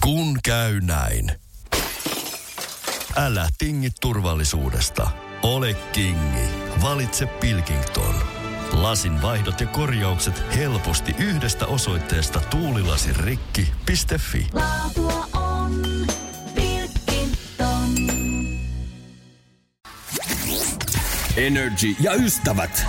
Kun käy näin. Älä tingi turvallisuudesta. Ole kingi. Valitse Pilkington. Lasin vaihdot ja korjaukset helposti yhdestä osoitteesta tuulilasirikki.fi. Laatua on Pilkington. Energy ja ystävät,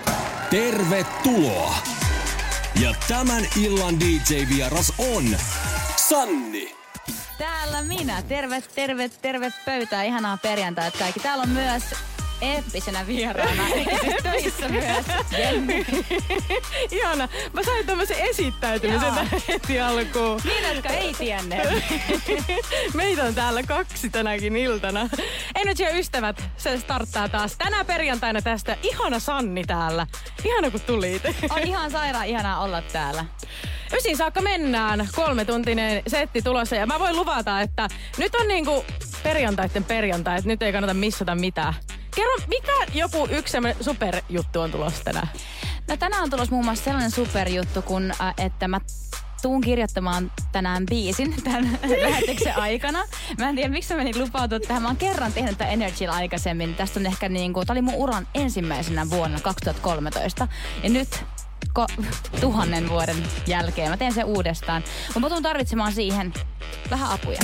tervetuloa! Ja tämän illan DJ-vieras on Sanni. Täällä minä. Terve pöytään. Ihanaa perjantaita kaikki. Täällä on myös eeppisenä vieraana. Siis töissä myös Jenni. Ihana. Mä sain tämmöisen esittäytymisen heti alkuun. Niin, jotka ei tienneet. Meitä on täällä 2 tänäkin iltana. Energy ja ystävät, se starttaa taas tänä perjantaina tästä. Ihana Sanni täällä. Ihana kun tulit. On ihan sairaan ihanaa olla täällä. 9 saakka mennään. 3-tuntinen setti tulossa. Ja mä voin luvata, että nyt on niinku perjantaiden perjantai. Nyt ei kannata missata mitään. Kerro, mikä joku yksi superjuttu on tulossa tänään? No tänään on tulossa muun muassa sellainen superjuttu, kun että mä tuun kirjoittamaan tänään biisin tämän lähetyksen aikana. Mä en tiedä, miksi mä menin lupautua tähän. Mä oon kerran tehnyt tämän Energyllä aikaisemmin. Tästä on ehkä niinku, tää oli mun uran ensimmäisenä vuonna 2013. Ja nyt 1000 vuoden jälkeen mä teen sen uudestaan. Mä tuun tarvitsemaan siihen vähän apuja.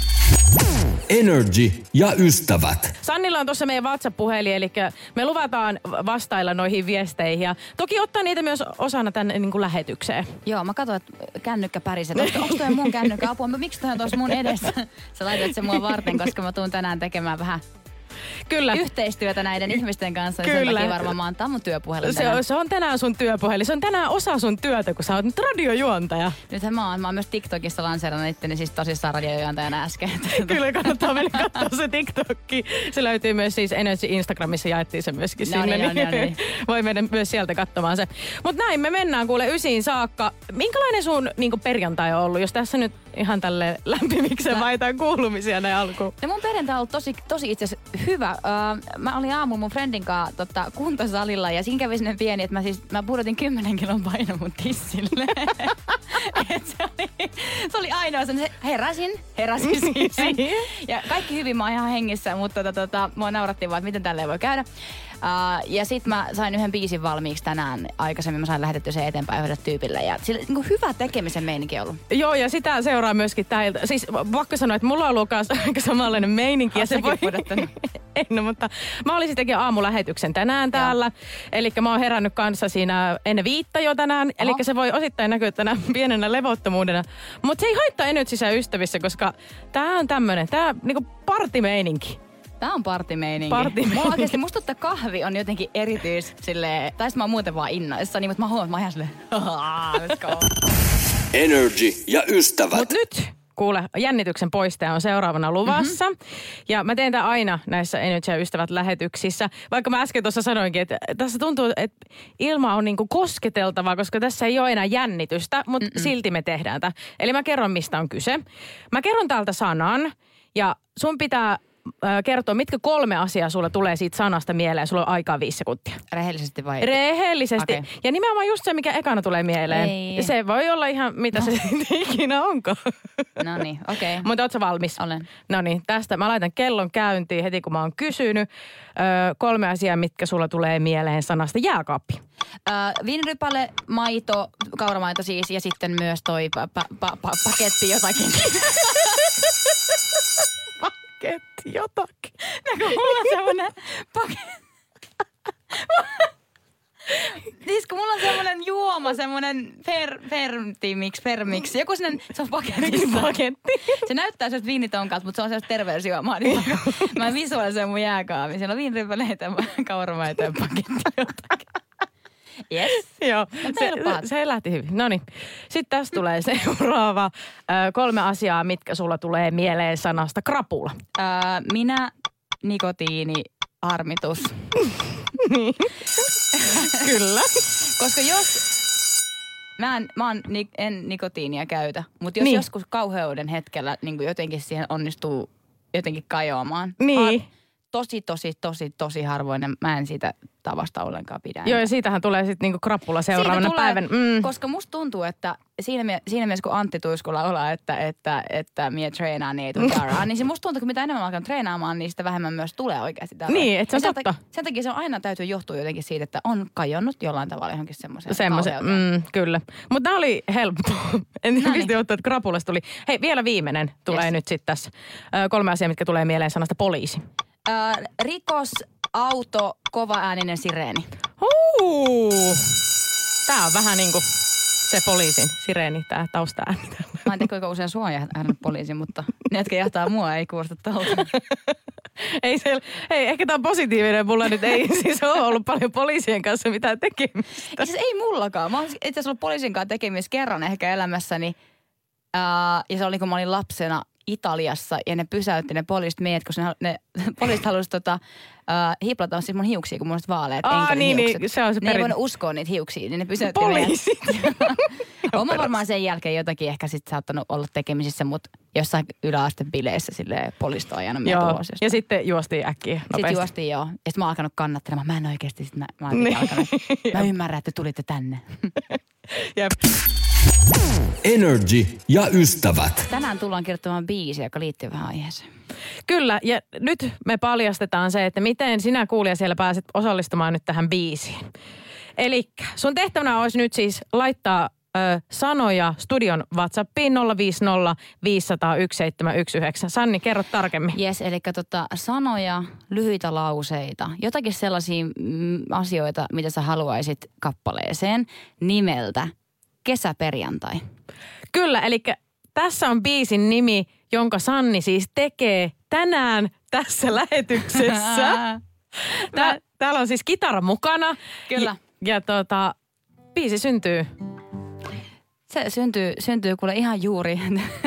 Energy ja ystävät. Sannilla on tuossa meidän WhatsApp-puhelin, eli me luvataan vastailla noihin viesteihin. Ja toki ottaa niitä myös osana tänne niin kuin lähetykseen. Joo, mä katsoin, että kännykkä pärisee. Onko toi mun kännykkä apua? Miksi toi on tuossa mun edessä? Sä laitat sen mua varten, koska mä tuun tänään tekemään vähän Kyllä. yhteistyötä näiden ihmisten kanssa. Kyllä. Sen takia varmaan mä oon mun työpuhelin. Se on tänään sun työpuhelin. Se on tänään osa sun työtä, kun sä oot nyt radiojuontaja. Nythän mä oon myös TikTokissa lanseerannut itteni siis tosissaan radiojuontajana äsken. Kyllä kannattaa mennä katsoa se TikTokki. Se löytyy myös siis Energy Instagramissa, jaettiin se myöskin sinne. Niin. Voi mennä myös sieltä katsomaan se. Mutta näin me mennään kuule 9 saakka. Minkälainen sun niinku perjantai on ollut, jos tässä nyt ihan tälle lämpimiksen vaitaan kuulumisia näin alkuun? No mun perjantai on ollut tosi itse asiassa hyvä. Mä olin aamulla mun friendin kanssa kuntosalilla ja siinä kävi sinne pieni, että mä pudotin 10 kilon paino mun tissille. se oli ainoa sen, heräsin siihen. Ja kaikki hyvin, mä oon ihan hengissä, mutta mua naurattiin vaan, että miten tälleen voi käydä. Ja sit mä sain yhden biisin valmiiksi tänään aikaisemmin. Mä sain lähetetty sen eteenpäin yhdelle tyypille. Ja sillä niin kuin hyvä tekemisen meininki ollut. Joo, ja sitä seuraa myöskin täältä. Siis pakko sanoa, että mulla on ollut aika samanlainen meininki. Ja se voi... Ei, no, mutta mä olin sittenkin aamulähetyksen tänään täällä. Eli mä oon herännyt kanssa siinä ennen 5 jo tänään. Eli se voi osittain näkyä tänään pienenä levottomuudena. Mutta se ei haittaa Energyssä ystävissä, koska tää on tämmönen, niinku partimeininki. Tää on partimeininki. Oikeesti musta että kahvi on jotenkin erityis silleen, tai sit mä oon muuten vaan innoissani, mutta mä huomaan, että mä oon ihan silleen, let's go. Energy ja ystävät. Mut nyt, kuule, jännityksen poistaja on seuraavana luvassa. Ja mä teen tää aina näissä Energy ja ystävät lähetyksissä. Vaikka mä äsken tuossa sanoinkin, että tässä tuntuu, että ilma on niinku kosketeltavaa, koska tässä ei ole enää jännitystä, mutta silti me tehdään tää. Eli mä kerron, mistä on kyse. Mä kerron täältä sanan ja sun pitää kertoa, mitkä 3 asiaa sulla tulee siitä sanasta mieleen. Sulla on aikaa 5 sekuntia. Rehellisesti vai? Rehellisesti. Okay. Ja nimenomaan just se, mikä ekana tulee mieleen. Ei. Se voi olla ihan mitä se ikinä onko. No niin, okei. Mutta ootko valmis? Olen. No niin, tästä mä laitan kellon käyntiin heti, kun mä oon kysynyt. 3 asiaa, mitkä sulla tulee mieleen sanasta jääkaappi. Viinirypäle, maito, kauramaito siis, ja sitten myös toi paketti jotakin. Jotakin. No kun mulla on semmonen siis kun mulla on semmonen juoma, semmonen fermix, joku sellainen, se on paketissa. Se näyttää sieltä viinitonkalta, mutta se on sellaista terveysjuomaa. Niin mä visualisoin mun jääkaapin. Siellä on viinirypäleitä, kauramaita ja paketti jotakin. Yes. Joo, se lähti hyvin. Noniin. Sitten tästä tulee seuraava 3 asiaa, mitkä sulla tulee mieleen sanasta krapula. Minä, nikotiini, harmitus. Niin. Kyllä. Koska jos... en nikotiinia käytä, mutta jos joskus kauheuden hetkellä niin jotenkin siihen onnistuu jotenkin kajoamaan. Niin. tosi harvoin. Ja mä en siitä tavasta ollenkaan pidä. Joo, ja siitähän tulee sitten niinku krappula seuraavana päivänä. Koska musta tuntuu, että siinä mielessä kun Antti Tuiskula olaa, että mie treenaan, niin ei tule daraa, niin se musta tuntuu, että mitä enemmän mä alkan treenaamaan, niin sitä vähemmän myös tulee oikeasti daraa. Niin, että se on totta. Sen takia se on aina täytyy johtua jotenkin siitä, että on kajonnut jollain tavalla johonkin semmoiseen. Kyllä. Mutta nämä oli helppo. En pysty johtua, että krapulasta tuli. Hei, vielä viimeinen tulee nyt sitten tässä. 3 asiaa, mitkä tulee mieleen sanasta poliisi. Rikos, auto, kovaääninen sireeni. Tää on vähän niinku se poliisin sireeni, tää taustaääni. Mä en tiedä, kuinka usein sua on jahdannut poliisi, mutta ne, jotka jahtaa mua, ei kuulosta tolta. Hei, ehkä tää on positiivinen. Mulla nyt ei siis ole ollut paljon poliisien kanssa mitään tekemistä. Siis ei mullakaan. Mä oon itse asiassa ollut poliisin kanssa tekemistä kerran ehkä elämässäni. Ja se oli, kun mä olin lapsena Italiassa ja ne pysäytti ne poliisit meidät, koska ne poliisit halusivat hiplata siis mun hiuksia, kun mun on vaaleat niin, se on se ne ei voinut uskoa niitä hiuksia, niin ne pysäytti poliisit. Olen mä varmaan sen jälkeen jotakin ehkä sit saattanut olla tekemisissä, mutta jossain yläastebileissä silleen poliisit on ajanut meidän tulos. Ja sitten juostiin äkkiä nopeasti. Sitten juostiin joo. Ja sitten mä oon alkanut kannattelemaan. Mä en oikeasti sit mä alkanut. Mä ymmärrän, että tulitte tänne. Jep. Energy ja ystävät. Tänään tullaan kirjoittamaan biisi, joka liittyy vähän aiheeseen. Kyllä, ja nyt me paljastetaan se, että miten sinä kuulija siellä pääset osallistumaan nyt tähän biisiin. Elikkä sun tehtävänä olisi nyt siis laittaa sanoja studion WhatsAppiin 050 500 1719. Sanni, kerro tarkemmin. Jes, eli sanoja, lyhyitä lauseita, jotakin sellaisia asioita, mitä sä haluaisit kappaleeseen nimeltä Kesäperjantai. Kyllä, eli tässä on biisin nimi, jonka Sanni siis tekee tänään tässä lähetyksessä. Täällä on siis kitara mukana. Kyllä. Ja biisi syntyy. Se syntyy kuule ihan juuri.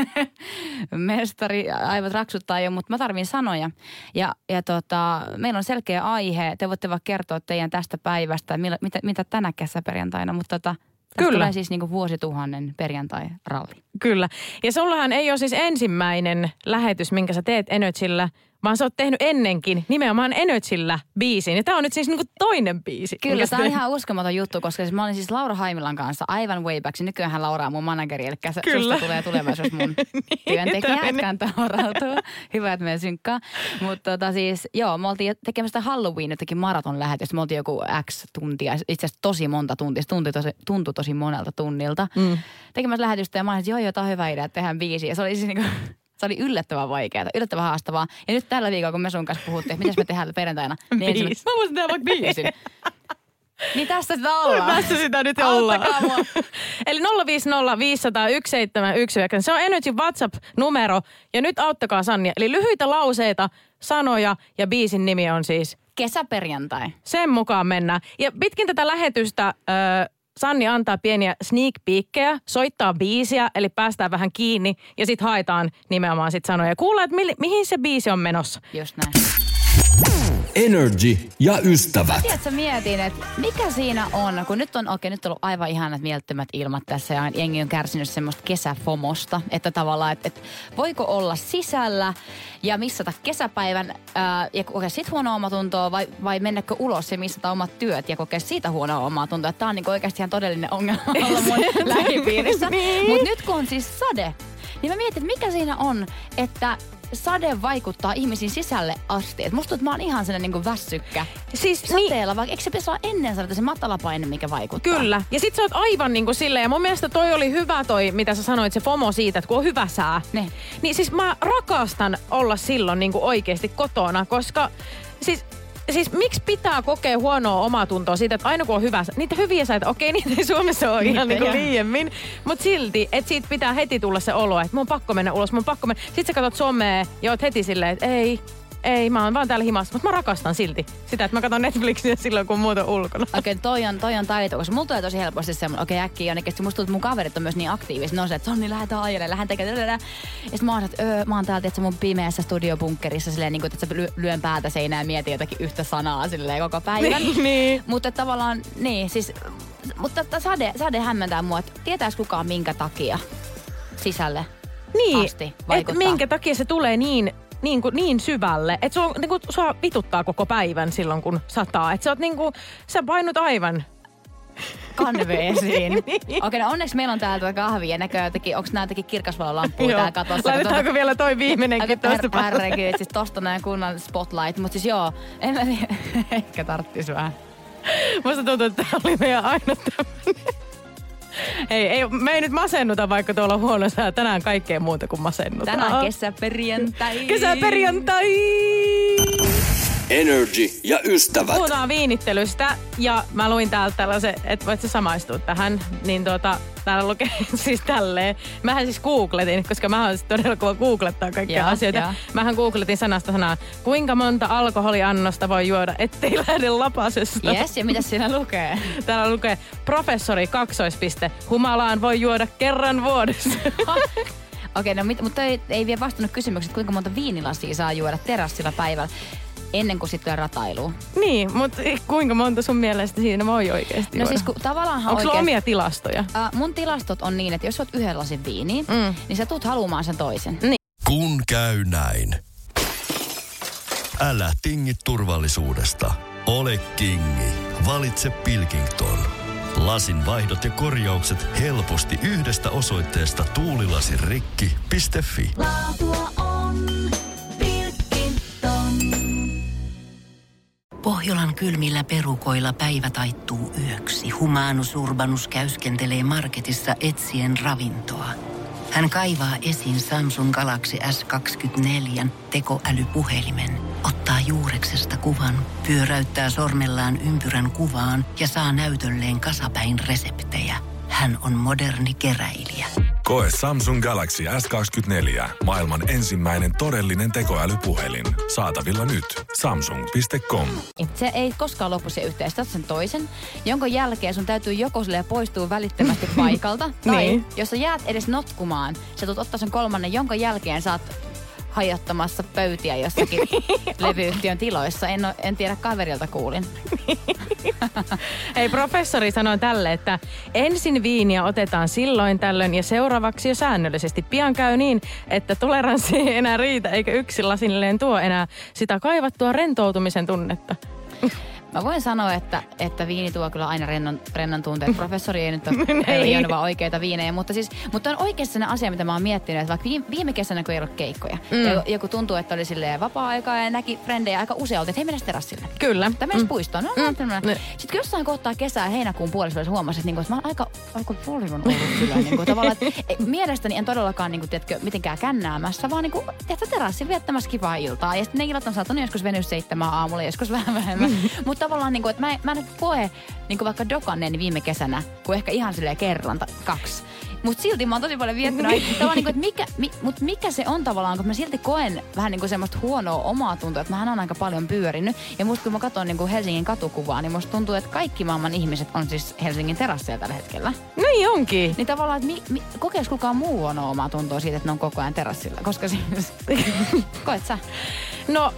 Mestari aivot raksuttaa jo, mutta mä tarvin sanoja. Ja meillä on selkeä aihe. Te voitte vaan kertoa teidän tästä päivästä, mitä tänä kesäperjantaina, mutta tästä tulee siis niinku vuosituhannen perjantai-ralli. Kyllä. Ja sullahan ei ole siis ensimmäinen lähetys, minkä sä teet Energyllä, vaan sä oot tehnyt ennenkin nimenomaan Energyllä biisin. Ja tää on nyt siis niinku toinen biisi. Kyllä, tää on ihan uskomaton juttu, koska siis mä olin siis Laura Haimilan kanssa aivan way back. Nykyäänhän Laura on mun manageri, eli susta tulee tulevaisuus mun työntekijä, että kantaa varautua. Hyvä, että me synkkaa. Mutta siis joo, me oltiin tekemästä Halloween jotakin maraton lähetystä. Me oltiin joku X tuntia, itse asiassa tosi monta tuntia. Se tuntui tosi monelta tunnilta. Tekemästä lähetystä ja mä olin, että joo, tää on hyvä idea, että tehdään biisi. Ja se oli siis niinku... Se oli yllättävän vaikeaa, yllättävän haastavaa. Ja nyt tällä viikolla, kun me sun kanssa puhuttiin, että mitäs me tehdään perjantaina, niin mä voisin tehdä vaikka biisin. Niin tässä sitä ollaan. Tässä sitä nyt ollaan. Auttakaa mua. Eli 050 500 1719. Se on Energy WhatsApp-numero. Ja nyt auttakaa Sannia. Eli lyhyitä lauseita, sanoja ja biisin nimi on siis... Kesäperjantai. Sen mukaan mennään. Ja pitkin tätä lähetystä... Sanni antaa pieniä sneak peekkejä, soittaa biisiä, eli päästään vähän kiinni ja sitten haetaan nimenomaan sit sanoja. Kuullaan, että mihin se biisi on menossa. Just näin. Energy ja ystävät. Tiedätkö, mietin, että mikä siinä on, kun nyt on ollut aivan ihanat mielettömät ilmat tässä ja jengi on kärsinyt semmoista kesäfomosta, että tavallaan, että voiko olla sisällä ja missata kesäpäivän ja kokea sit huonoa omatuntoa vai mennäkö ulos ja missata omat työt ja kokea siitä huonoa omatuntoa. Tämä on niin oikeasti ihan todellinen ongelma olla mun lähipiirissä. Niin. Mutta nyt kun on siis sade, niin mä mietin, että mikä siinä on, että sade vaikuttaa ihmisiin sisälle asti. Et musta tuntuu, että mä oon ihan sellainen niin väsykkä. Siis sateella, vaikka eikö se pitäisi olla ennen sadetta se matalapaine, mikä vaikuttaa? Kyllä. Ja sit sä oot aivan niin kuin silleen, ja mun mielestä toi oli hyvä mitä sä sanoit, se FOMO siitä, että kun on hyvä sää. Ne. Niin siis mä rakastan olla silloin niin kuin oikeasti kotona, koska siis miksi pitää kokea huonoa omatuntoa siitä, että aina kun on hyvä, niitä hyviä säitä, okei, niitä ei Suomessa ole ihan niin kuin liiemmin, mutta silti, että siitä pitää heti tulla se olo, että mun on pakko mennä ulos, mun on pakko mennä. Sitten sä katsot somea ja oot heti silleen, että ei, mä oon vaan täällä himassa, mutta mä rakastan silti sitä, että mä katson Netflixiä silloin, kun muut on ulkona. Okei, toi on taito, koska mulla tulee tosi helposti semmoinen, äkkiä jonnekin, musta tuntuu, että mun kaverit on myös niin aktiivisia. Ne on se, että Sonni, lähdetään ajelemaan, lähdetään tekemään. Ja sitten mä oon, että mä oon täällä, että mun pimeässä studiobunkkerissa silleen, niin kuin, että lyön päätä seinään ja mietin jotakin yhtä sanaa silleen koko päivän. Niin. Mutta tavallaan, niin siis, mutta sade hämmentää mua, että tietääks kukaan minkä takia sisälle asti vaikuttaa. Että minkä takia se tulee niin niin syvälle, että sua vituttaa koko päivän silloin, kun sataa. Että sä painut aivan kanveesiin. Okei, no onneksi meillä on täällä kahvia. Näköjään jotenkin, onko nämä jotenkin kirkasvalolampuja täällä katossa? Laitetaanko vielä toi viimeinenkin tosta päästä? Herregud, siis tosta näin kunnan spotlight. Mutta siis joo, ehkä tarttis vähän. Musta tuntuu, että tää oli meidän ainut tämmönen. Me ei nyt masennuta, vaikka tuolla on huono sää. Tänään kaikkea muuta kuin masennutaan. Tänään kesäperjantai. Kesäperjantai! Energy ja ystävät. Puhutaan viinittelystä ja mä luin täältä tällaisen, että voit sä samaistua tähän, niin täällä lukee siis tälleen. Mähän siis googletin, koska mä oon todella kova googlettaa kaikkia asioita. Ja. Mähän googletin sanasta sanaa, kuinka monta alkoholiannosta voi juoda, ettei lähde lapasesta. Jes, ja mitä siinä lukee? Täällä lukee professori : humalaan voi juoda kerran vuodessa. Okei, no mutta ei vielä vastannut kysymykset, kuinka monta viinilasia saa juoda terassilla päivällä ennen kuin sitten ratailuun. Niin, mutta kuinka monta sun mielestä siinä voi oikeasti juoda? No siis tavallaanhan onko sulla omia tilastoja? Mun tilastot on niin, että jos oot yhden lasin viiniä, niin sä tuut haluamaan sen toisen. Niin. Kun käy näin. Älä tingi turvallisuudesta. Ole kingi. Valitse Pilkington. Lasin vaihdot ja korjaukset helposti yhdestä osoitteesta tuulilasirikki.fi. Laatua on Pilkington. Pohjolan kylmillä perukoilla päivä taittuu yöksi. Humanus Urbanus käyskentelee marketissa etsien ravintoa. Hän kaivaa esiin Samsung Galaxy S24 tekoälypuhelimen, ottaa juureksesta kuvan, pyöräyttää sormellaan ympyrän kuvaan ja saa näytölleen kasapäin reseptejä. Hän on moderni keräilijä. Koe Samsung Galaxy S24. Maailman ensimmäinen todellinen tekoälypuhelin. Saatavilla nyt. Samsung.com. Se ei koskaan lopu se yhteys. Sä sen toisen, jonka jälkeen sun täytyy joko poistua välittömästi paikalta. Tai jos sä jäät edes notkumaan, sä tulet ottaa sen kolmannen, jonka jälkeen sä oot hajottamassa pöytiä jossakin levyyhtiön tiloissa. En tiedä, kaverilta kuulin. Hei, professori sanoi tälle, että ensin viiniä otetaan silloin tällöin ja seuraavaksi jo säännöllisesti. Pian käy niin, että toleranssi ei enää riitä eikä yksi lasinilleen tuo enää sitä kaivattua rentoutumisen tunnetta. Mä voin sanoa, että viini tuo kyllä aina rennon tunteet. Professori ei nyt ole juonut vaan oikeita viinejä, mutta on oikeasti sellainen asia, mitä mä oon miettinyt, että vaikka viime kesänä, kun ei ollut keikkoja, ja joku tuntuu, että oli silleen vapaa-aikaa ja näki frendejä aika usealta, että hei, mennäs terassille. Kyllä. Tai mennäs puistoon. Sitten jossain kohtaa kesää heinäkuun puolivälissä huomasin, että mä oon aika paljon ollut kyllä. Tavallaan, että mielestäni en todellakaan mitenkään kännäämässä, vaan terassilla viettämässä kivaa iltaa. Ja sitten ne illat on saattanut joskus venyä 7 aamulla, joskus vähän vähemmän. Mutta tavallaan, että mä en koe vaikka dokanneeni viime kesänä, kun ehkä ihan silleen kerran 2. Mutta silti mä oon tosi paljon viettynyt, että mikä se on tavallaan, kun mä silti koen vähän semmoista huonoa omaa tuntua, että mähän on aika paljon pyörinyt. Ja musta kun mä katson Helsingin katukuvaa, niin musta tuntuu, että kaikki maailman ihmiset on siis Helsingin terasseja tällä hetkellä. Niin onkin. Niin tavallaan, että kokeeks kukaan muu on omaa tuntua siitä, että ne on koko ajan terassilla, koska siis koet sä? No,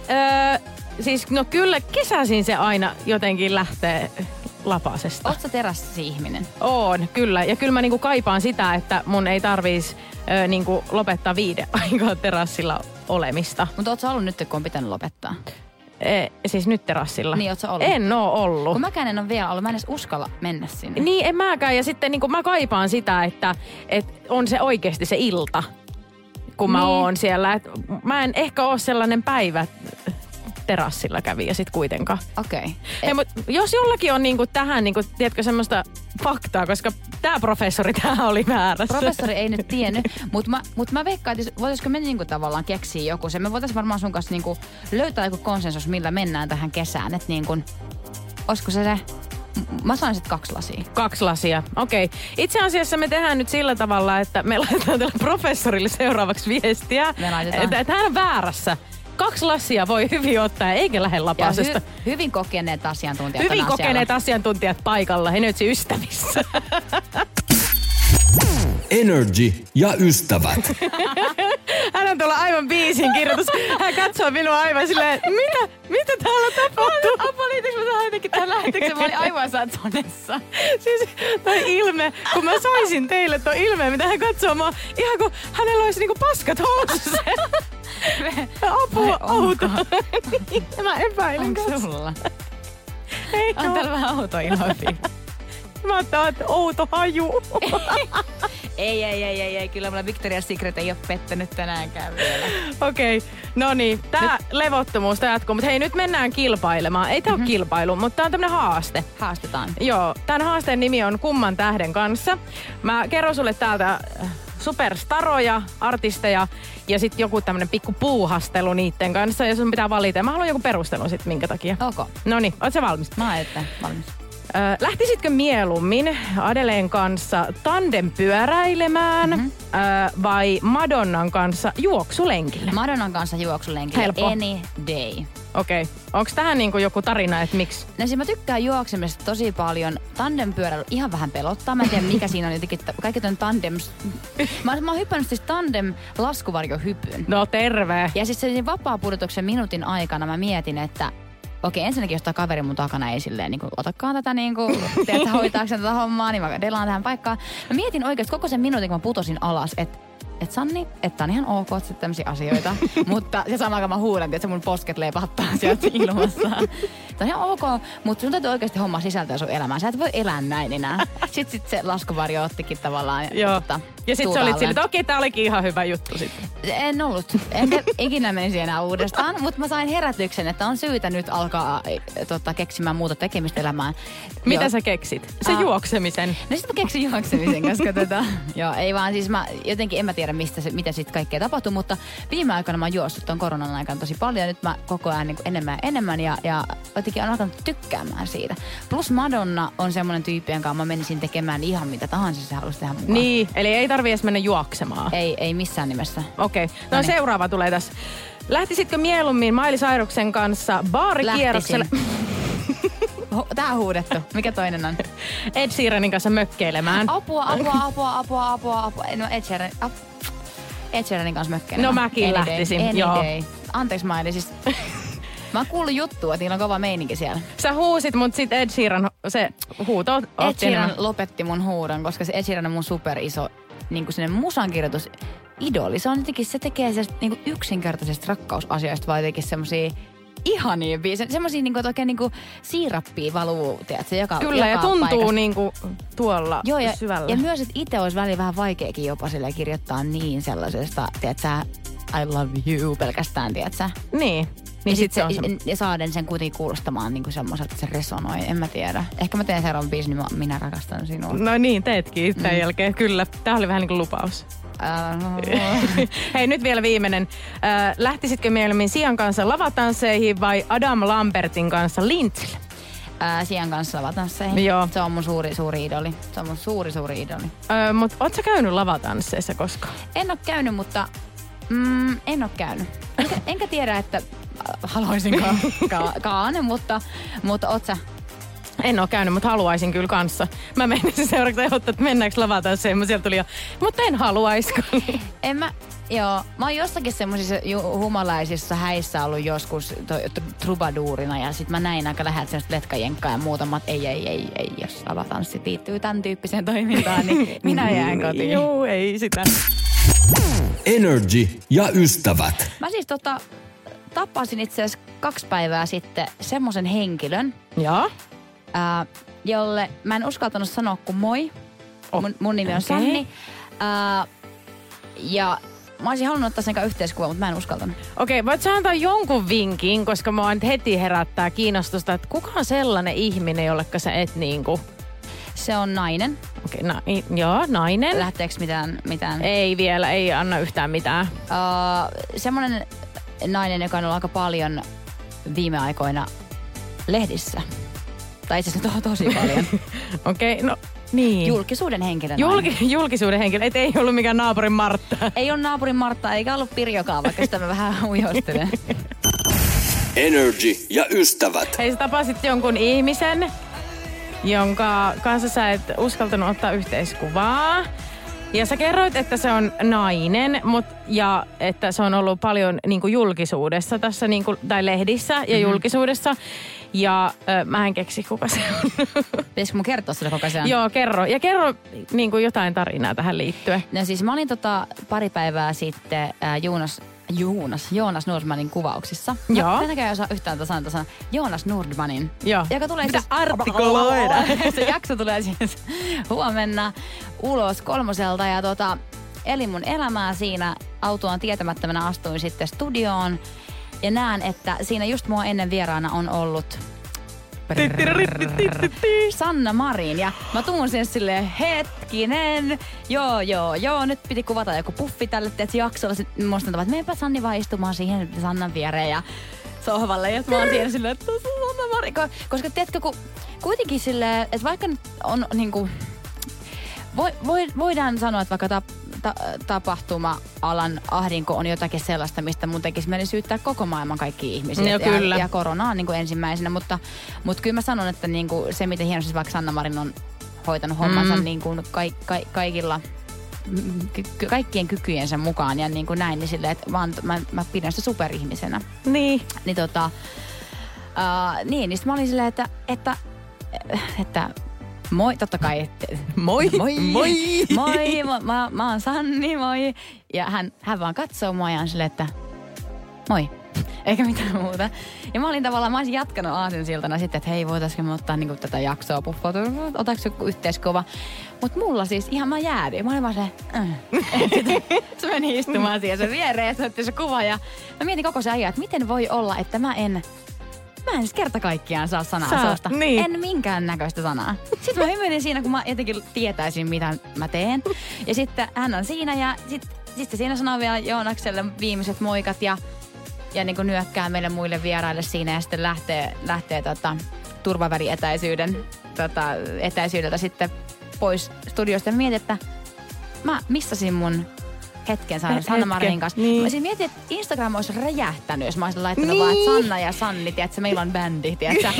no kyllä kesäisin se aina jotenkin lähtee lapasesta. Oot sä terassi-ihminen? Oon, kyllä. Ja kyllä mä kaipaan sitä, että mun ei tarvitsisi lopettaa 5 aikaa terassilla olemista. Mutta oot sä ollut nyt, kun on pitänyt lopettaa? Siis nyt terassilla? Niin, oot sä ollut? En oo ollut. Kun mäkään en ole vielä ollut, mä en edes uskalla mennä sinne. Niin, en mäkään. Ja sitten mä kaipaan sitä, että on se oikeasti se ilta, kun mä oon siellä. Et mä en ehkä oo sellainen päivä terassilla kävijä sit kuitenkaan. Okei. Hei, mut jos jollakin on tähän, tiedätkö, semmoista faktaa, koska tää professori tää oli väärässä. Professori ei nyt tiennyt, mutta mä veikkaan, että voitaisiko me tavallaan keksiä joku se. Me voitaisiin varmaan sun kanssa löytää joku konsensus, millä mennään tähän kesään. Että olisiko se? Mä sain sitten 2 lasia. 2 lasia, okei. Itse asiassa me tehdään nyt sillä tavalla, että me laitetaan tälle professorille seuraavaksi viestiä. Me laitetaan. Että hän on väärässä. 2 lasia voi hyvin ottaa, eikä lähde lapasesta. Hyvin kokeneet asiantuntijat. Hyvin kokeneet asiantuntijat paikalla, he nyt ystävissä. Energy ja ystävät. Hän on tuolla aivan biisin kirjoitus. Hän katsoo minua aivan silleen, mitä täällä tapahtuu? Apaliitiks mä saan jotenkin tämän lähetyksen? Mä olin aivan satonessa. Siis toi ilme, kun mä saisin teille toi ilme, mitä hän katsoo mua, ihan kuin hänellä olisi paskat housussa. Apua, outo. Mä epäilen Onko kanssa. sulla? Ei On täällä vähän outo ilmapiiri. Mä ajattelin, että outo haju. Ei. Kyllä mulla Victoria's Secret ei ole pettänyt tänäänkään vielä. Okei, no niin. Tää levottomuus jatkuu, mutta hei, nyt mennään kilpailemaan. Ei tää ole kilpailu, mutta tää on tämmönen haaste. Haastetaan. Joo, tämän haasteen nimi on Kumman tähden kanssa. Mä kerron sulle täältä superstaroja, artisteja ja sitten joku tämmönen pikku puuhastelu niitten kanssa ja sun pitää valita. Mä haluan joku perustelun sit minkä takia. Ok. Noniin, oot sä valmis? Mä oon valmis. Lähtisitkö mieluummin Adeleen kanssa tandempyöräilemään vai Madonnan kanssa juoksulenkille? Madonnan kanssa juoksulenkille. Helppo. Any day. Okei. Onko tähän niinku joku tarina, että miksi? No siis mä tykkään juoksemisesta tosi paljon. Tandempyöräily ihan vähän pelottaa. Mä en tiedä mikä siinä on jotenkin. Kaikki ton tandem... Mä oon hyppännyt siis tandem laskuvarjohypyn. No terve. Ja siis sen vapaa-pudotuksen minuutin aikana mä mietin, että okei, ensinnäkin jos tää kaveri mun takana ei silleen niin kuin, otakaan tätä niin kuin, tiedätkö, hoitaakseni tätä hommaa, niin mä delaan tähän paikkaan. Mä mietin oikeasti koko sen minuutin, kun mä putosin alas, että Sanni, että on ihan ok, että sitten tämmöisiä asioita. Mutta se samaan aikaan mä huudan, että mun posket leipahtaa sieltä ilmassa. Tämä on ihan ok, mutta sun täytyy oikeasti hommaa sisältöä sun elämään. Sä et voi elää näin enää. Sitten se laskuvarjo ottikin tavallaan. Joo. Ja sitten sä olit sille, että okei, tää olikin ihan hyvä juttu sitten. En ollut. Enkä ikinä menisi enää uudestaan, mutta mä sain herätyksen, että on syytä nyt alkaa keksimään muuta tekemistä elämään. Mitä sä keksit? Se juoksemisen. No sit mä keksin juoksemisen, koska joo, ei vaan siis jotenkin en mä tiedä mitä sit kaikkea tapahtuu, mutta viime aikoina mä oon juossut ton koronan aikana tosi paljon. Nyt mä koko ajan niin enemmän ja jotenkin on alkanut tykkäämään siitä. Plus Madonna on semmonen tyyppi, jonka mä menisin tekemään ihan mitä tahansa se halusi tehdä mukaan. Niin, eli ei tarvii edes mennä juoksemaan. Ei missään nimessä. Okei. No seuraava tulee tässä. Lähtisitkö mieluummin Miley Cyruksen kanssa baarikierrokselle? Tää on huudettu. Mikä toinen on? Ed Sheeranin kanssa mökkeilemään. Apua. No Ed Sheeranin kanssa mökkeilemään. No mäkin lähtisin, Any joo. day. Anteeksi Miley, siis mä oon kuullut juttua, että niillä on kova meininki siellä. Sä huusit, mutta sit Ed Sheeran, se huuto Ed otti Sheeran enemmän. lopetti mun huudon, koska se Ed Sheeran on mun super iso niinku sinne musankirjoitus idoli. Se on jotenkin, se tekee se niinku yksinkertaisista rakkausasioista vaan jotenkin semmosia ihania biisejä. Semmosia niinku, että oikein niinku siirappia valuu, tiedätkö, Kyllä, ja tuntuu paikasta. niinku tuolla Joo, syvällä. ja myös, että itse olisi välillä vähän vaikeakin jopa silleen kirjoittaa niin sellaisesta, tiedätkö, I love you pelkästään, tiedätkö. Niin. Ja Niin sit sit se on ja saaden sen kuitenkin kuulostamaan niinku semmoiselta, että se resonoi. En mä tiedä. Ehkä mä teen seuraavan biisin, niin minä rakastan sinua. No niin, teetkin tämän jälkeen. Kyllä. Tää oli vähän niin kuin lupaus. Hei, nyt vielä viimeinen. Lähtisitkö mieluummin Sian kanssa lavatansseihin vai Adam Lambertin kanssa Lintsille? Sian kanssa lavatansseihin. Joo. Se on mun suuri idoli. Se on mun suuri idoli. Mutta oot sä käynyt lavatansseissa koskaan? En oo käynyt, mutta... en oo käynyt. Enkä tiedä, että haluaisinkaan, mutta oot sä? En oo käynyt, mutta haluaisin kyllä kanssa. Mä menisin seuraavaksi ehdottaa, että mennäänkö lavatansseihin. Mä sieltä tuli jo, mutta en haluaiskaan. Mä oon jossakin semmoisissa humalaisissa häissä ollut joskus trubaduurina ja sit mä näin aika läheltä semmoista letkajenkkaa ja muutamat ei, jos lavatanssi liittyy tämän tyyppiseen toimintaan, niin minä jään kotiin. Joo, ei sitä. Energy ja ystävät. Mä siis tapasin itse asiassa 2 päivää sitten semmoisen henkilön, Joo. jolle mä en uskaltanut sanoa kuin moi. Mun nimi on Sanni. Ja mä olisin halunnut ottaa sen kanssa yhteiskuva, mutta mä en uskaltanut. Okei, voit sä antaa jonkun vinkin, koska mua nyt heti herättää kiinnostusta, että kuka on sellainen ihminen, jollekka sä et niinku... Se on nainen. Okei, joo, nainen. Lähteekö mitään? Ei vielä, ei anna yhtään mitään. Semmoinen nainen, joka on ollut aika paljon viime aikoina lehdissä. Tai itse asiassa tosi paljon. Okei, no niin. Julkisuuden henkilö. Julkisuuden henkilö, et ei ollut mikään naapurin Martta. Ei ole naapurin Martta, eikä ollut Pirjokaan, vaikka sitä mä vähän ujostelen. Energy ja ystävät. Hei, sä tapasit jonkun ihmisen, jonka kanssa sä et uskaltanut ottaa yhteiskuvaa. Ja sä kerroit, että se on nainen, ja että se on ollut paljon niin kuin julkisuudessa tässä, niin kuin, tai lehdissä ja julkisuudessa. Ja mä en keksi, kuka se on. Pitäisikö mun kertoa sille, kuka se on? Joo, kerro. Ja kerro niin kuin jotain tarinaa tähän liittyen. No siis mä olin pari päivää sitten Juunas Joonas Nordmanin kuvauksissa. Joo. Mä tänäkään ei osaa yhtään sanoa Joonas Nordmanin. Joo. Joka tulee Mitä siis artikuloida? Se jakso tulee siis huomenna ulos 3. ja elin mun elämää siinä. Autuaan tietämättömänä astuin sitten studioon ja näen, että siinä just mua ennen vieraana on ollut Sanna Marin. Ja mä tuun sinne silleen, hetkinen, joo, nyt piti kuvata joku puffi tälle jaksolla. Sitten musta tuntuu, että menepä Sanni vaan istumaan siihen Sannan viereen ja sohvalle. Ja mä oon siinä silleen, että tässä on Sanna Marin. Koska tiedätkö, kun kuitenkin silleen, että vaikka nyt on niinku, voidaan sanoa, että vaikka tapahtuma-alan ahdinko on jotakin sellaista, mistä mun tekisi mieli syyttää koko maailman kaikki ihmisiä. Kyllä. Ja korona on niin kuin ensimmäisenä, mutta kyllä mä sanon, että niin kuin se, miten hienosti vaikka Sanna Marin on hoitanut hommansa niin kuin kaikkien kykyjensä mukaan ja niin kuin näin, niin silleen, että mä pidän sitä superihmisenä. Niin. Niin sitten mä olin silleen, että moi, totta kai. Moi. Mä oon Sanni, moi. Ja hän vaan katsoo mua ja on silleen, että moi. Eikä mitään muuta. Ja mä olisin jatkanut aasinsiltana sitten, että hei, voitaisko me ottaa niinku tätä jaksoa puffaa, otaks joku yhteiskova. Mut mulla siis ihan mä jäädyin. Mä olin vaan se meni istumaan siihen sen viereen ja se otti se kuva. Ja mä mietin koko se ajan, että miten voi olla, että mä en siis kerta kaikkiaan saa sanaa suosta. Niin. En minkään näköistä sanaa. Sitten mä hymyilin siinä, kun mä jotenkin tietäisin, mitä mä teen. Ja sitten hän on siinä ja sitten siinä sanoo vielä Joonakselle viimeiset moikat ja niin kuin nyökkää meille muille vieraille siinä ja sitten lähtee turvavärietäisyydeltä sitten pois studiosta. Ja mietin, että mä missasin mun hetken Sanna Marinin kanssa. Niin. Mä siis mietin, että Instagram olisi räjähtänyt, jos mä olisin laittanut vaan, että Sanna ja Sanni, tiedätkö, meillä on bändi, tiedätkö?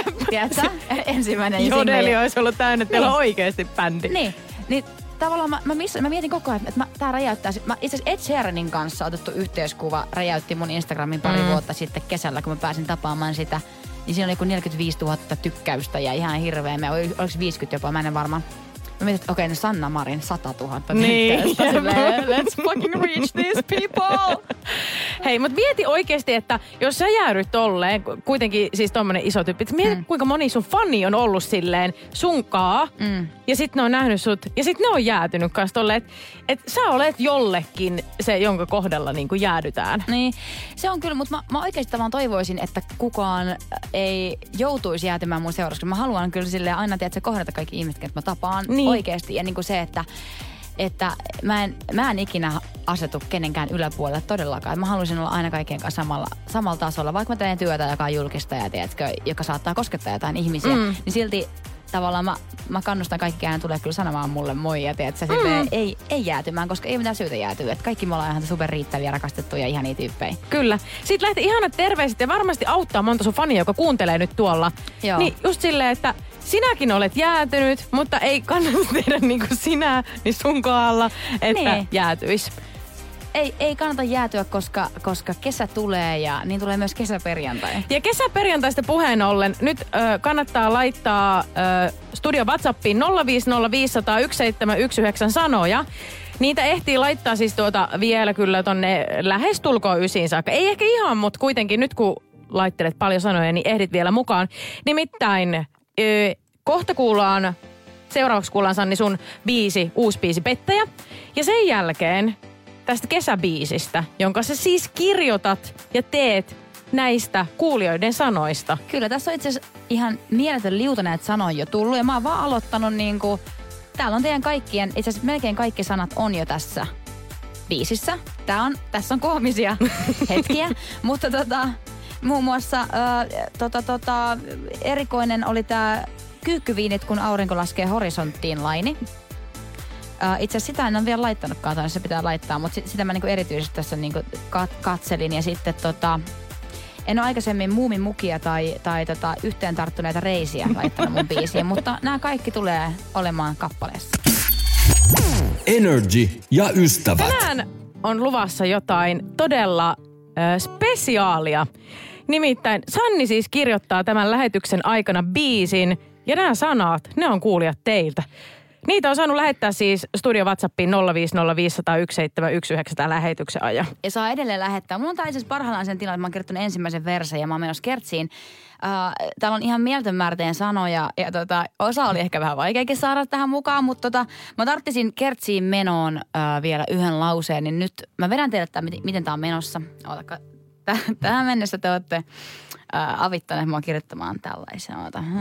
Ensimmäinen Jodeli olisi ollut täynnä, että teillä on oikeasti bändi. Niin tavallaan mä mietin koko ajan, että tää räjäyttää. Itse asiassa Ed Sheeranin kanssa otettu yhteiskuva räjäytti mun Instagramin pari vuotta sitten kesällä, kun mä pääsin tapaamaan sitä. Niin siinä oli joku 45 000 tykkäystä ja ihan hirveä. Oliko 50 jopa, mä en varma. Mä mietin, että okei, no Sanna Marin 100 000 tykkäystä. Let's fucking reach these people! Hei, mutta mieti oikeasti, että jos sä jäädyt tolleen, kuitenkin siis tommonen iso tyyppi, että mieti kuinka moni sun fani on ollut silleen sunkaa, ja sit ne on nähnyt sut, ja sit ne on jäätynyt kanssa tolleen, että sä olet jollekin se, jonka kohdalla niinku jäädytään. Niin, se on kyllä, mutta mä oikeasti vaan toivoisin, että kukaan ei joutuisi jäätymään mun seuraksi. Mä haluan kyllä silleen aina, tiedätkö, kohdata kaikki ihmiset, että mä tapaan oikeasti, ja niinku se, että mä en ikinä asetu kenenkään yläpuolelle todellakaan. Mä haluaisin olla aina kaikkien kanssa samalla tasolla. Vaikka mä teen työtä, joka on julkista ja tiedätkö, joka saattaa koskettaa jotain ihmisiä, niin silti tavallaan mä kannustan kaikki aina tulee kyllä sanomaan mulle moi ja tiedätkö, ei jäätymään, koska ei mitään syytä jäätyä. Että kaikki me ollaan ihan super riittäviä, rakastettuja, ihania tyyppejä. Kyllä. Sitten lähti ihanat terveiset ja varmasti auttaa monta sun fania, joka kuuntelee nyt tuolla. Joo. Niin just silleen, että sinäkin olet jäätynyt, mutta ei kannata tehdä niin kuin sinä, niin sun kohdalla, että jäätyis. Ei kannata jäätyä, koska kesä tulee ja niin tulee myös kesäperjantai. Ja kesäperjantaista puheen ollen nyt kannattaa laittaa studio WhatsAppiin 050501719 sanoja. Niitä ehtii laittaa siis vielä kyllä tonne lähestulkoon 9 saakka. Ei ehkä ihan, mutta kuitenkin nyt kun laittelet paljon sanoja, niin ehdit vielä mukaan. Nimittäin kohta seuraavaksi kuullaan Sanni sun uusi biisi Pettäjä. Ja sen jälkeen tästä kesäbiisistä, jonka sä siis kirjoitat ja teet näistä kuulijoiden sanoista. Kyllä, tässä on itse asiassa ihan mieletön liuta näitä sanoja jo tullut. Ja mä oon vaan aloittanut niinku, täällä on teidän kaikkien, itse asiassa melkein kaikki sanat on jo tässä biisissä. Tässä on koomisia hetkiä, mutta muun muassa erikoinen oli tää Kyykkyviinit, kun aurinko laskee horisonttiin -laini. Itse asiassa sitä en ole vielä laittanutkaan, se pitää laittaa, mutta sitä mä niinku erityisesti tässä niinku katselin. Ja sitten en ole aikaisemmin Muumimukia tai yhteen tarttuneita reisiä laittanut mun biisiin, mutta nämä kaikki tulee olemaan kappaleessa. Energy ja ystävät. Tänään on luvassa jotain todella spesiaalia. Nimittäin Sanni siis kirjoittaa tämän lähetyksen aikana biisin ja nämä sanat, ne on kuulijat teiltä. Niitä on saanut lähettää siis Studio WhatsAppiin 050501719 lähetyksen ajan. Ja saa edelleen lähettää. Mulla on tää itse asiassa parhaillaan sen tilanne, että mä oon kirjoittanut ensimmäisen verseen ja mä oon menossa kertsiin. Täällä on ihan mieltön märteen sanoja ja osa oli ehkä vähän vaikeakin saada tähän mukaan, mutta mä tarttisin kertsiin menoon vielä yhden lauseen, niin nyt mä vedän teille, että miten tää on menossa. Ootaka, tähän mennessä te ootte avittaneet mua kirjoittamaan tällaisen.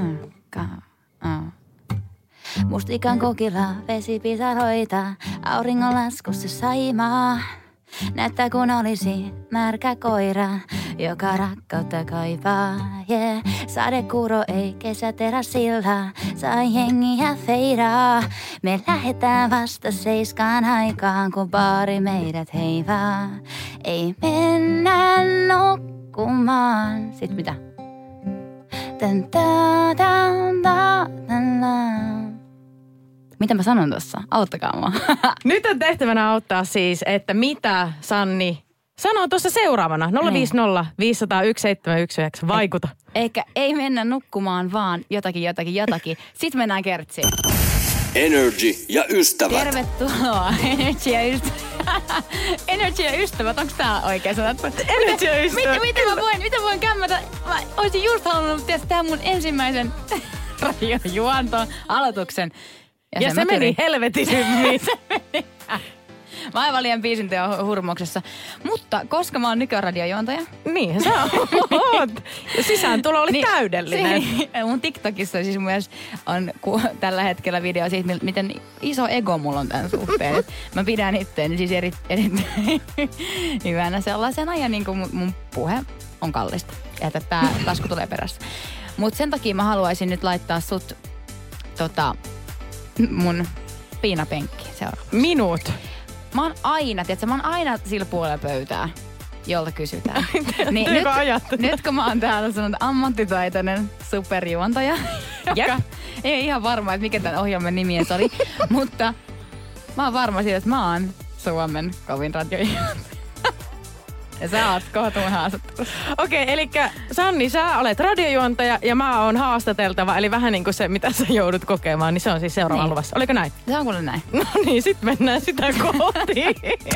Mustikan kokila, vesipisaroita, auringonlaskussa saimaa. Näyttää kun olisi märkä koira, joka rakkautta kaipaa. Yeah. Sadekuuro ei kesäterassilla, saa jengiä feidaa. Me lähdetään vasta 7 aikaan, kun baari meidät heivaa. Ei mennä nukkumaan. Sitten mitä? Mitä mä sanon tuossa? Auttakaa mua. Nyt on tehtävänä auttaa siis, että mitä Sanni sanoo tuossa seuraavana. 050501719. Vaikuta. Eikä ei mennä nukkumaan, vaan jotakin. Sitten mennään kertsiin. Energy ja ystävät. Tervetuloa. Energy ja ystävät. Onko tää oikein sanottu? Energy ja ystävät. Miten voin kämmätä? Mä olisin just halunnut tehdä mun ensimmäisen radiojuonton aloituksen. Ja se meni helvetin hyvin. Mä aivan liian biisinteon hurmoksessa. Mutta koska mä oon nykyradiojuontaja. Niin, sä oot. Ja sisääntulo oli täydellinen. Mun TikTokissa siis myös on tällä hetkellä video siitä, miten iso ego mulla on tämän suhteen. Mä pidän itteeni siis erittäin hyvänä sellaisena ja niin kuin mun puhe on kallista. Ja että tää lasku tulee perässä. Mut sen takia mä haluaisin nyt laittaa sut mun piinapenkki seuraavaksi. Minut. Mä oon aina sillä puolella pöytää, jolta kysytään. Niin nyt kun mä oon täällä sanonut ammattitaitoinen superjuontaja, joka ei ihan varma, että mikä tämän ohjelman nimi edes oli, mutta mä oon varma siitä, että mä oon Suomen kovin radiojuontaja. Ja sä oot kohta mun haastattelussa. Okei, eli Sanni, sä olet radiojuontaja ja mä oon haastateltava. Eli vähän niin kuin se, mitä sä joudut kokemaan, niin se on siis seuraava luvassa. Oliko näin? Se on kuule näin. No niin, sit mennään sitä kohti.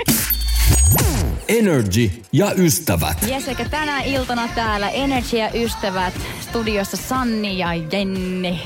Energy ja ystävät. Jes, eikä tänä iltana täällä Energy ja ystävät. Studiossa Sanni ja Jenni.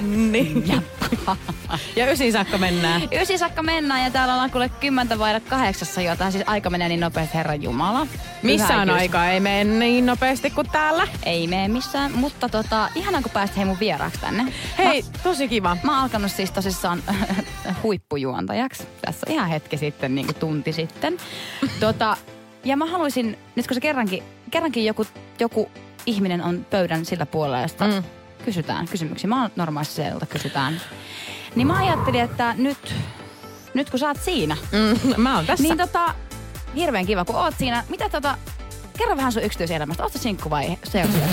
Ja 9 saakka mennään. 9 saakka mennään ja täällä ollaan kuule 10:08 jo. Tää siis aika menee niin nopeasti, Herran Jumala. Missään aikaa ei mene niin nopeasti kuin täällä. Ei mene missään, mutta ihanaa kun pääsit hei mun vieraaksi tänne. Hei, tosi kiva. Mä oon alkanut siis tosissaan huippujuontajaksi. Tässä ihan hetki sitten, niin kuin tunti sitten. Ja mä haluaisin, nyt kun se kerrankin joku ihminen on pöydän sillä puolella, josta kysytään kysymyksiä. Mä oon normaalisti se, jolta kysytään. Niin mä ajattelin, että nyt kun sä oot siinä. Mä oon tässä. Niin hirveän kiva, kun oot siinä. Mitä kerro vähän sun yksityiselämästä. Oot sä sinkku vai seuraava?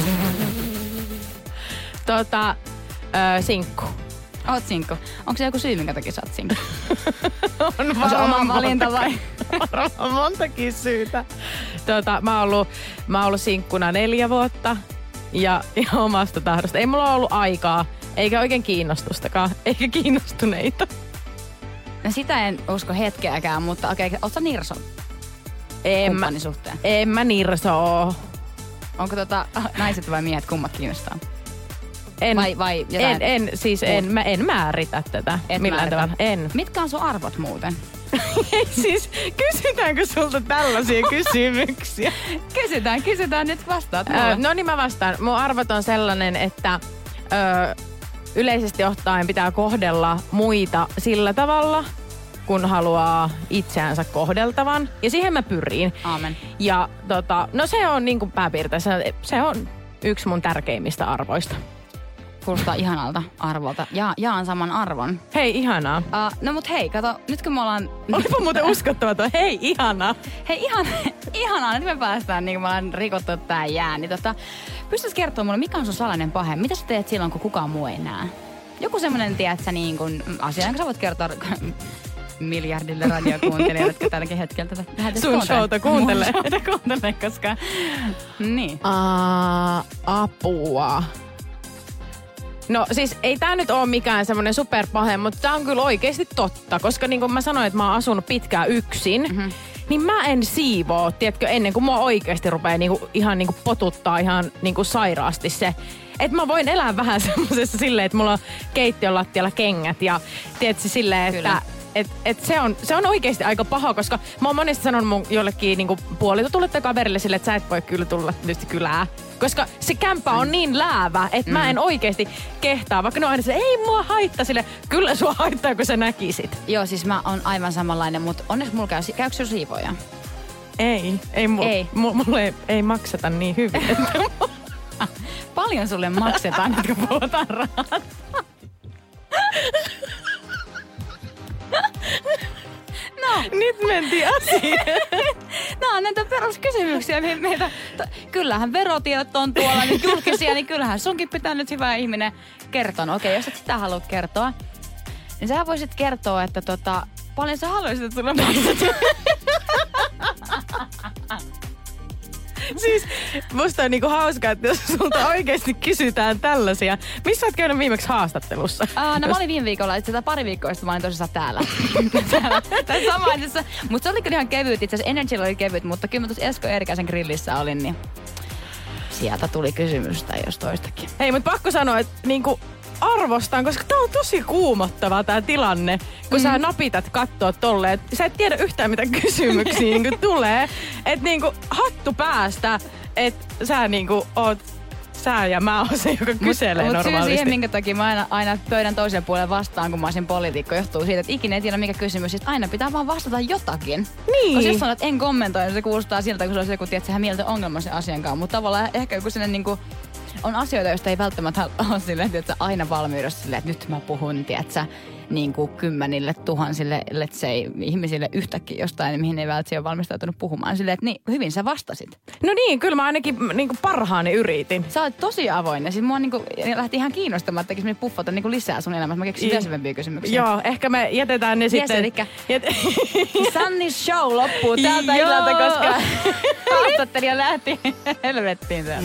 Sinkku. Oot sinkku. Onko se joku syy, minkä takia sä oot sinkku? On se oma valinta vai? On montakin syytä. Mä oon ollut sinkkuna 4 vuotta ja omasta tahdosta. Ei mulla ollut aikaa, eikä oikein kiinnostustakaan, eikä kiinnostuneita. No sitä en usko hetkeäkään, mutta okei, oot sä nirso? Kumppanisuhteen? En mä nirso. Onko naiset vai miehet kummat kiinnostaa? Vai Mä en määritä tätä millään tavalla. En. Mitkä on sun arvot muuten? Siis kysytäänkö sulta tällaisia kysymyksiä? Kysytään nyt vastaat. No niin mä vastaan. Mun arvot on sellainen, että yleisesti ottaen pitää kohdella muita sillä tavalla, kun haluaa itseänsä kohdeltavan. Ja siihen mä pyrin. Aamen. Ja no se on niin kuin pääpiirteessä, se on yksi mun tärkeimmistä arvoista. Kuulostaa ihanalta arvolta. Jaan saman arvon. Hei, ihanaa. No mut hei, kato, nyt kun me ollaan... Olipa muuten uskottavaa, hei, ihanaa. Hei, ihanaa, nyt me päästään, niin kuin me ollaan rikottu tää jää. Niin pystytkö kertoa mulle, mikä on sun salainen pahe? Mitä sä teet silloin, kun kukaan muu ei näe? Joku semmonen, tiedätkö, niin kuin asia, jonka sä voit kertoa miljardille radiokuuntelijoille, jotka tälläkin hetkellä tätä sun showta kuuntelee. Mun showta kuuntelee, koska... Niin. Apua. No siis ei tää nyt ole mikään semmonen superpahe, mutta tää on kyllä oikeesti totta. Koska niin kuin mä sanoin, että mä oon asunut pitkään yksin, niin mä en siivoo, tiedätkö, ennen kuin mua oikeesti rupeaa niinku, ihan niinku potuttaa ihan niinku sairaasti se. Että mä voin elää vähän semmosessa silleen, että mulla on keittiön lattialla kengät ja tiedätkö silleen, että se on oikeasti aika paha, koska mä oon monesti sanonut mun jollekin niinku puolitutulle tai kaverille silleen, että sä et voi kyllä tulla nyt kylään. Koska se kämppä on niin läävä, että mä en oikeasti kehtaa. Vaikka ne on aina se, ei mua haittaa sille. Kyllä sua haittaa, kun sä näkisit. Joo, siis mä oon aivan samanlainen, mutta onneksi mulla käykö sun siivoja? Mulle ei makseta niin hyvin. Paljon sulle maksetaan, nyt kun puhutaan rahat. No. Nyt mentiin asiaan. Nämä on näitä peruskysymyksiä. Kyllähän verotiedot on tuolla nyt julkisia, niin kyllähän sunkin pitää nyt hyvä ihminen kertoa. Okei, jos et sitä halua kertoa, niin sä voisit kertoa, että paljon sä haluaisit, että sulle maksetaan. Siis musta on niinku hauskaa, että jos sulta oikeesti kysytään tällaisia. Missä oot käynyt viimeksi haastattelussa? No mä olin viime viikolla, itse pari viikkoa sitten mä olin tosissaan täällä. Tai samaisessa. Mutta se oli kyllä ihan kevyt, itse asiassa Energy oli kevyt, mutta kyllä mä tuossa Esko Eerikäisen grillissä olin, niin sieltä tuli kysymystä jos toistakin. Hei, mutta pakko sanoa, että niinku arvostan, koska tää on tosi kuumottava tää tilanne, kun sä napitat kattoa tolleen. Sä et tiedä yhtään mitä kysymyksiä niinku tulee. Et niinku hattu päästä, että sä niinku oot sä ja mä oon se, joka kyselee normaalisti. Mutta syy siihen, minkä takia mä aina pöydän toiselle puolelle vastaan, kun mä olisin poliitikko, johtuu siitä, että ikinä ei tiedä mikä kysymys. Siis aina pitää vaan vastata jotakin. Niin. Koska jos sanot, että en kommentoi, niin se kuulostaa siltä, kun se olisi joku, tiedät, mieltä ongelma sen asian kanssa. Mutta tavallaan ehkä joku sellainen niinku on asioita, joista ei välttämättä ole silleen, että aina valmiudessa silleen, että nyt mä puhun, tiedätkö, niin kuin 10 000 let's say, ihmisille yhtäkkiä jostain, mihin ei välttämättä ole valmistautunut puhumaan. Silleen, että niin, hyvin sä vastasit. No niin, kyllä mä ainakin niin kuin parhaani yritin. Sä olet tosi avoin ja siis mua niin kuin, lähti ihan kiinnostamaan, että tekisi meni puffata niin kuin lisää sun elämässä. Mä keksin vielä syvempiä kysymyksiä. Joo, ehkä me jätetään ne sitten. Elikkä Sunny show loppuu tältä illalta, koska haastattelija lähti helvettiin sieltä.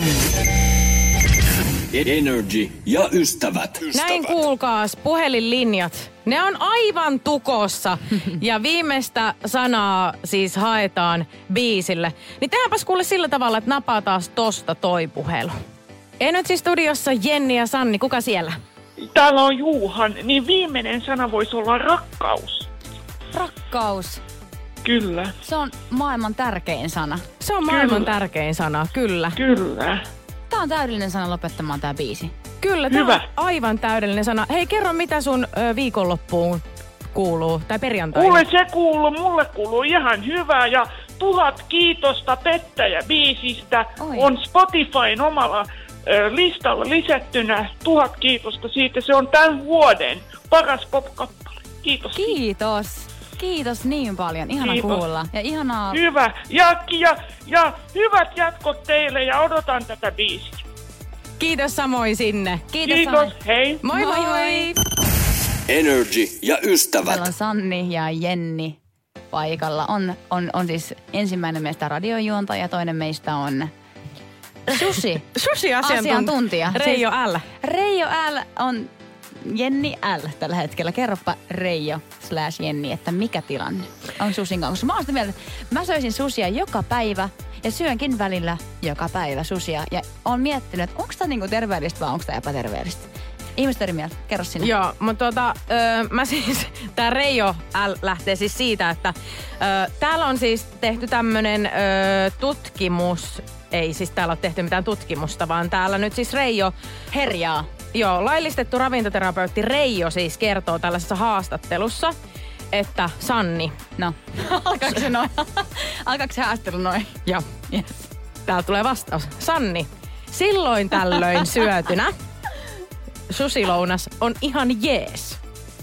Energy ja ystävät. Näin kuulkaas, puhelinlinjat. Ne on aivan tukossa ja viimeistä sanaa siis haetaan biisille. Niin tehdäänpäs kuule sillä tavalla, että napataan tosta toi puhelu. Energy studiossa Jenni ja Sanni, kuka siellä? Täällä on Juuhan, niin viimeinen sana voisi olla rakkaus. Rakkaus. Kyllä. Se on maailman tärkein sana. Se on maailman tärkein sana, kyllä. Kyllä. Tää on täydellinen sana lopettamaan tää biisi. Kyllä, tää on aivan täydellinen sana. Hei, kerro mitä sun viikonloppuun kuuluu, tai perjantaihin. Mulle kuuluu ihan hyvää ja 1000 kiitosta Pettäjä-biisistä. Oi. On Spotifyn omalla listalla lisättynä. 1000 kiitosta siitä. Se on tämän vuoden paras pop-kappale. Kiitos. Kiitos. Kiitos niin paljon. Ihana kuulla. Ja ihanaa. Hyvä. Ja hyvät jatkot teille ja odotan tätä biisiä. Kiitos samoin sinne. Kiitos. Hei. Moi moi. Moi. Energy ja ystävät. Täällä on Sanni ja Jenni paikalla. On siis ensimmäinen meistä radiojuontaja ja toinen meistä on Susi. Susi asiantuntija. Reijo L. Reijo L on Jenni L tällä hetkellä. Kerropa Reijo/Jenni, että mikä tilanne on Susin kanssa. Mä oon sitä mieltä, että mä söisin susia joka päivä ja syönkin välillä joka päivä susia. Ja oon miettinyt, että onko tämä niinku terveellistä vai onko tämä epäterveellistä. Ihmiset eri mieltä. Kerro sinne. Joo, mutta mä siis, tää Reijo L lähtee siis siitä, että täällä on siis tehty tämmönen tutkimus. Ei siis täällä ole tehty mitään tutkimusta, vaan täällä nyt siis Reijo Herjaa. Joo, laillistettu ravintoterapeutti Reijo siis kertoo tällaisessa haastattelussa, että Sanni. No, alkaako se noin? Alkaako se haastelu noin? Joo. Yes. Täällä tulee vastaus. Sanni, silloin tällöin syötynä susilounas on ihan jees.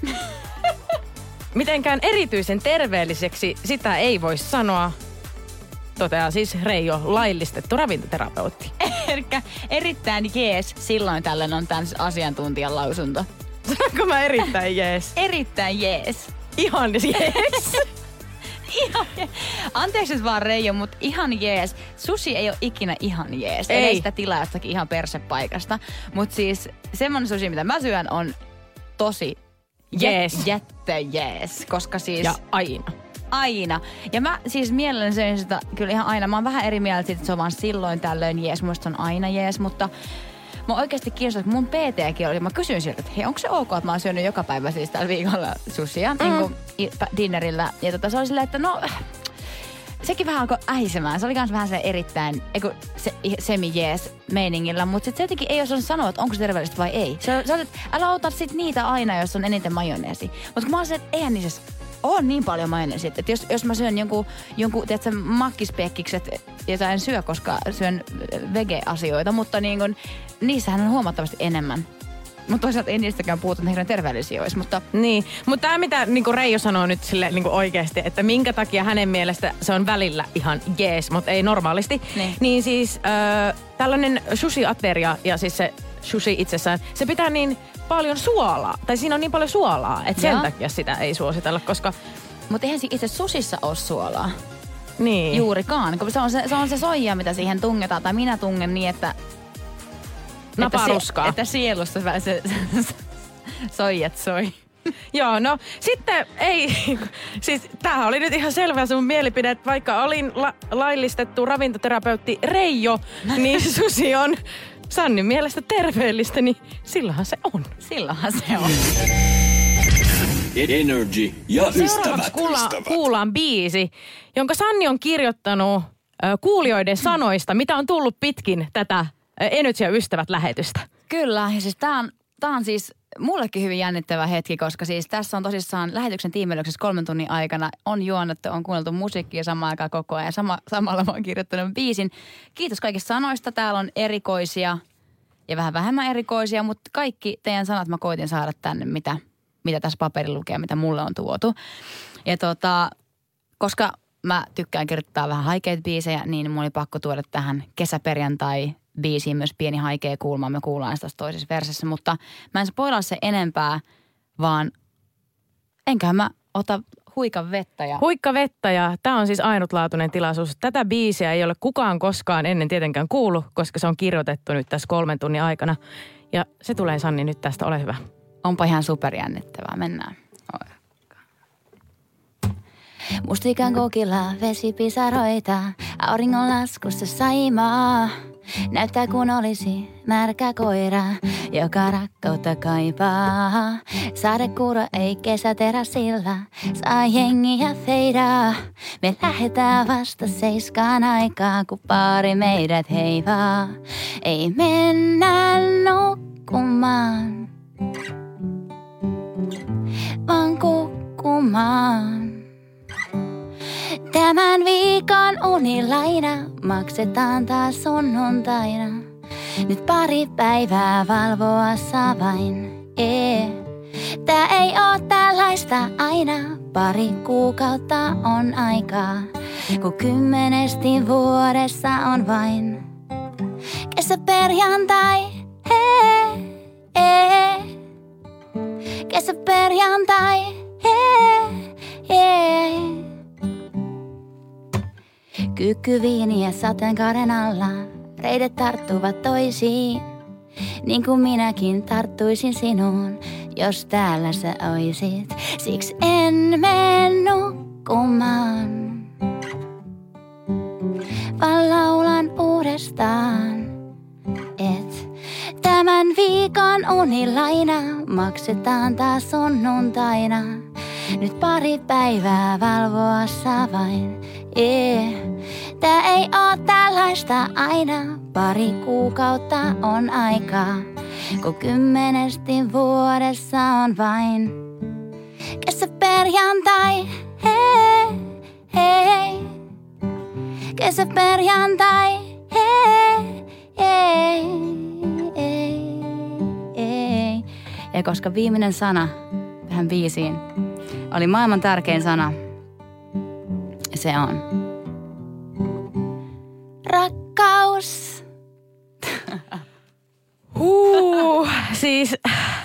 Mitenkään erityisen terveelliseksi sitä ei voi sanoa, toteaa siis Reijo, laillistettu ravintoterapeutti. Elikkä erittäin jees, silloin tällöin on tämän asiantuntijan lausunto. Sanonko mä erittäin jees? Erittäin jees. Ihan jees. Ihan anteeksi nyt vaan Reijo, mutta ihan jees. Sushi ei ole ikinä ihan jees. Ei sitä tilaa jostakin ihan persepaikasta. Mutta siis semmonen sushi, mitä mä syön, on tosi jees. Jees. Koska siis... Ja aina. Ja mä siis mielelläni söin sitä kyllä ihan aina. Mä oon vähän eri mieltä siitä, että se on vaan silloin tällöin jees. Musta on aina jees, mutta... Mä oikeasti kiinnostaa, että mun PT:kin oli. Mä kysyin sieltä, että hei, onko se ok, että mä oon syönyt joka päivä siis tällä viikolla sushia niin kuin dinnerillä. Ja se oli silleen, että no... Sekin vähän alkoi äisemään. Se oli kans vähän se erittäin, semi-jees meiningillä. Mutta sit se jotenkin ei osannut sanoa, että onko se terveellistä vai ei. Se oli, että älä ota sit niitä aina, jos on eniten majoneesi. Mutta kun mä olisin, että eihän niissä on niin paljon majoneesia. Että jos mä syön jonkun tiedätkö, makkispekkikset, jota en syö, koska syön vege-asioita. Mutta niin kun, niissähän on huomattavasti enemmän. Mutta toisaalta ei niistäkään puhuta, että ne terveellisiä olisi, mutta... Niin, mutta tämä mitä niin Reijo sanoo nyt sille niin oikeasti, että minkä takia hänen mielestä se on välillä ihan jees, mutta ei normaalisti. Niin siis tällainen sushi-ateria ja siis se sushi itsessään, se pitää niin paljon suolaa. Tai siinä on niin paljon suolaa, että sen takia sitä ei suositella, koska... Mutta eihän itse sushissa ole suolaa. Niin. Juurikaan, kun se on se soija, mitä siihen tungetaan, tai minä tungen niin, että... Naparuskaa. Että sielusta se soijat soi. Joo, no sitten ei, siis tämähän oli nyt ihan selvä sun mielipide, että vaikka olin laillistettu ravintoterapeutti Reijo, niin sushi on Sannin mielestä terveellistä, niin silloinhan se on. Silloinhan se on. Energy ja ystävät. Kuullaan biisi, jonka Sanni on kirjoittanut kuulijoiden sanoista, mitä on tullut pitkin tätä Energy ja ystävät -lähetystä. Kyllä, ja siis tää on siis mullekin hyvin jännittävä hetki, koska siis tässä on tosissaan lähetyksen tiimeilyksessä 3 tunnin aikana on juonnettu, on kuunneltu musiikkia samaan aikaan koko ajan. Samalla mä oon kirjoittanut biisin. Kiitos kaikista sanoista. Täällä on erikoisia ja vähän vähemmän erikoisia, mutta kaikki teidän sanat mä koitin saada tänne, mitä tässä paperilla lukee, mitä mulle on tuotu. Ja koska mä tykkään kirjoittaa vähän haikeita biisejä, niin mulla oli pakko tuoda tähän kesäperjantai-biisiin myös pieni haikea kulma. Me kuullaan sitä toisessa versessä, mutta mä en spoilaa se enempää, vaan enköhän mä ota huikan vettä. Huikka vettä, ja tää on siis ainutlaatuinen tilaisuus. Tätä biisiä ei ole kukaan koskaan ennen tietenkään kuullut, koska se on kirjoitettu nyt tässä 3 tunnin aikana. Ja se tulee, Sanni, nyt tästä, ole hyvä. Onpa ihan superjännittävää, mennään. Mustikan kokilla vesipisaroita, auringonlaskussa saimaa. Näyttää kun olisi märkä koira, joka rakkautta kaipaa. Sadekuuro ei kesäterassilla, saa jengiä feidaa. Me lähdetään vasta 7 aikaa, kun baari meidät heivaa. Ei mennä nukkumaan, vaan kukkumaan. Tämän viikon unilaina maksetaan taas sunnuntaina. Nyt pari päivää valvoa saa vain. Tää ei oo tällaista aina. Pari kuukautta on aikaa, kun 10 vuodessa on vain kesäperjantai. Kesäperjantai. Kyykkyviini ja sateenkaaren alla reidet tarttuvat toisiin. Niin kuin minäkin tarttuisin sinuun, jos täällä sä oisit. Siksi en mene nukkumaan, vaan laulan uudestaan, et tämän viikon unilaina maksetaan taas sunnuntaina. Nyt pari päivää valvoa saa vain. Tää ei oo tällaista aina. Pari kuukautta on aikaa, kun 10 vuodessa on vain kesäperjantai. Kesäperjantai. Ja koska viimeinen sana tähän biisiin oli maailman tärkein sana, se on rakkaus.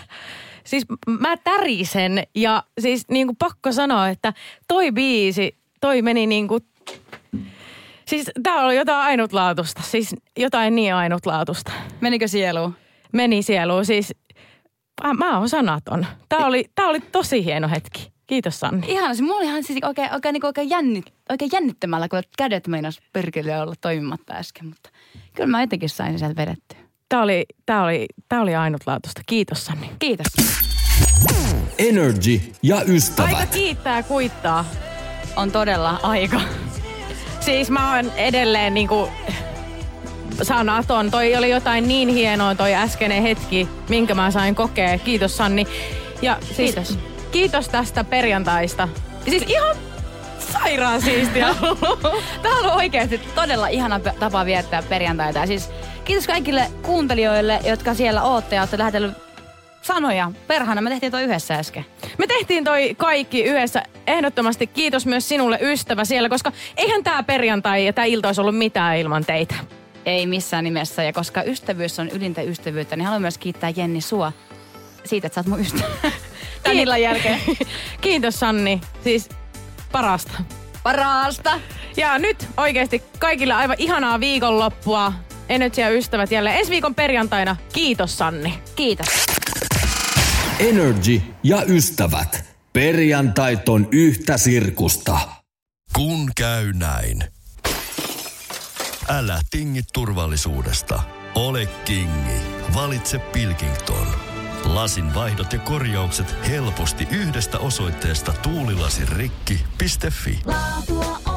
Siis mä tärisen ja siis niin kuin pakko sanoa, että toi biisi toi meni niinku... Siis tää oli jotain ainutlaatusta. Siis jotain niin ainutlaatusta. Menikö sieluun? Meni sieluun. Siis mä oon sanaton. Tää oli tosi hieno hetki. Kiitos Sanni. Ihana, se mulla oli ihan siis oikein jännittämällä, kun kädet meinas perkele olla toimimatta äsken, mutta kyllä mä jotenkin sain sen sieltä vedettyä. Tää oli ainutlaatusta. Kiitos Sanni. Kiitos. Energy ja ystävät. Aika kiittää kuittaa. On todella aika. Siis mä oon edelleen niinku sanaton. Toi oli jotain niin hienoa toi äskeinen hetki, minkä mä sain kokea. Kiitos Sanni. Ja siis, kiitos tästä perjantaista. Siis ihan sairaan siistiä. Tää on ollut oikeasti todella ihana tapa viettää perjantaita. Ja siis kiitos kaikille kuuntelijoille, jotka siellä ootte ja ootte lähetellyt sanoja. Perhana, me tehtiin toi yhdessä äsken. Me tehtiin toi kaikki yhdessä. Ehdottomasti kiitos myös sinulle ystävä siellä, koska eihän tää perjantai ja tää ilta olisi ollut mitään ilman teitä. Ei missään nimessä. Ja koska ystävyys on ylintä ystävyyttä, niin haluan myös kiittää Jenni sua siitä, että sä oot mun ystävä. Tän illan jälkeen. Kiitos Sanni. Siis parasta. Parasta. Ja nyt oikeasti kaikille aivan ihanaa viikonloppua. Energy ja ystävät jälleen ensi viikon perjantaina. Kiitos Sanni. Kiitos. Energy ja ystävät. Perjantait on yhtä sirkusta. Kun käy näin. Älä tingi turvallisuudesta. Ole kingi. Valitse Pilkington. Lasin vaihdot ja korjaukset helposti yhdestä osoitteesta tuulilasirikki.fi. Laatua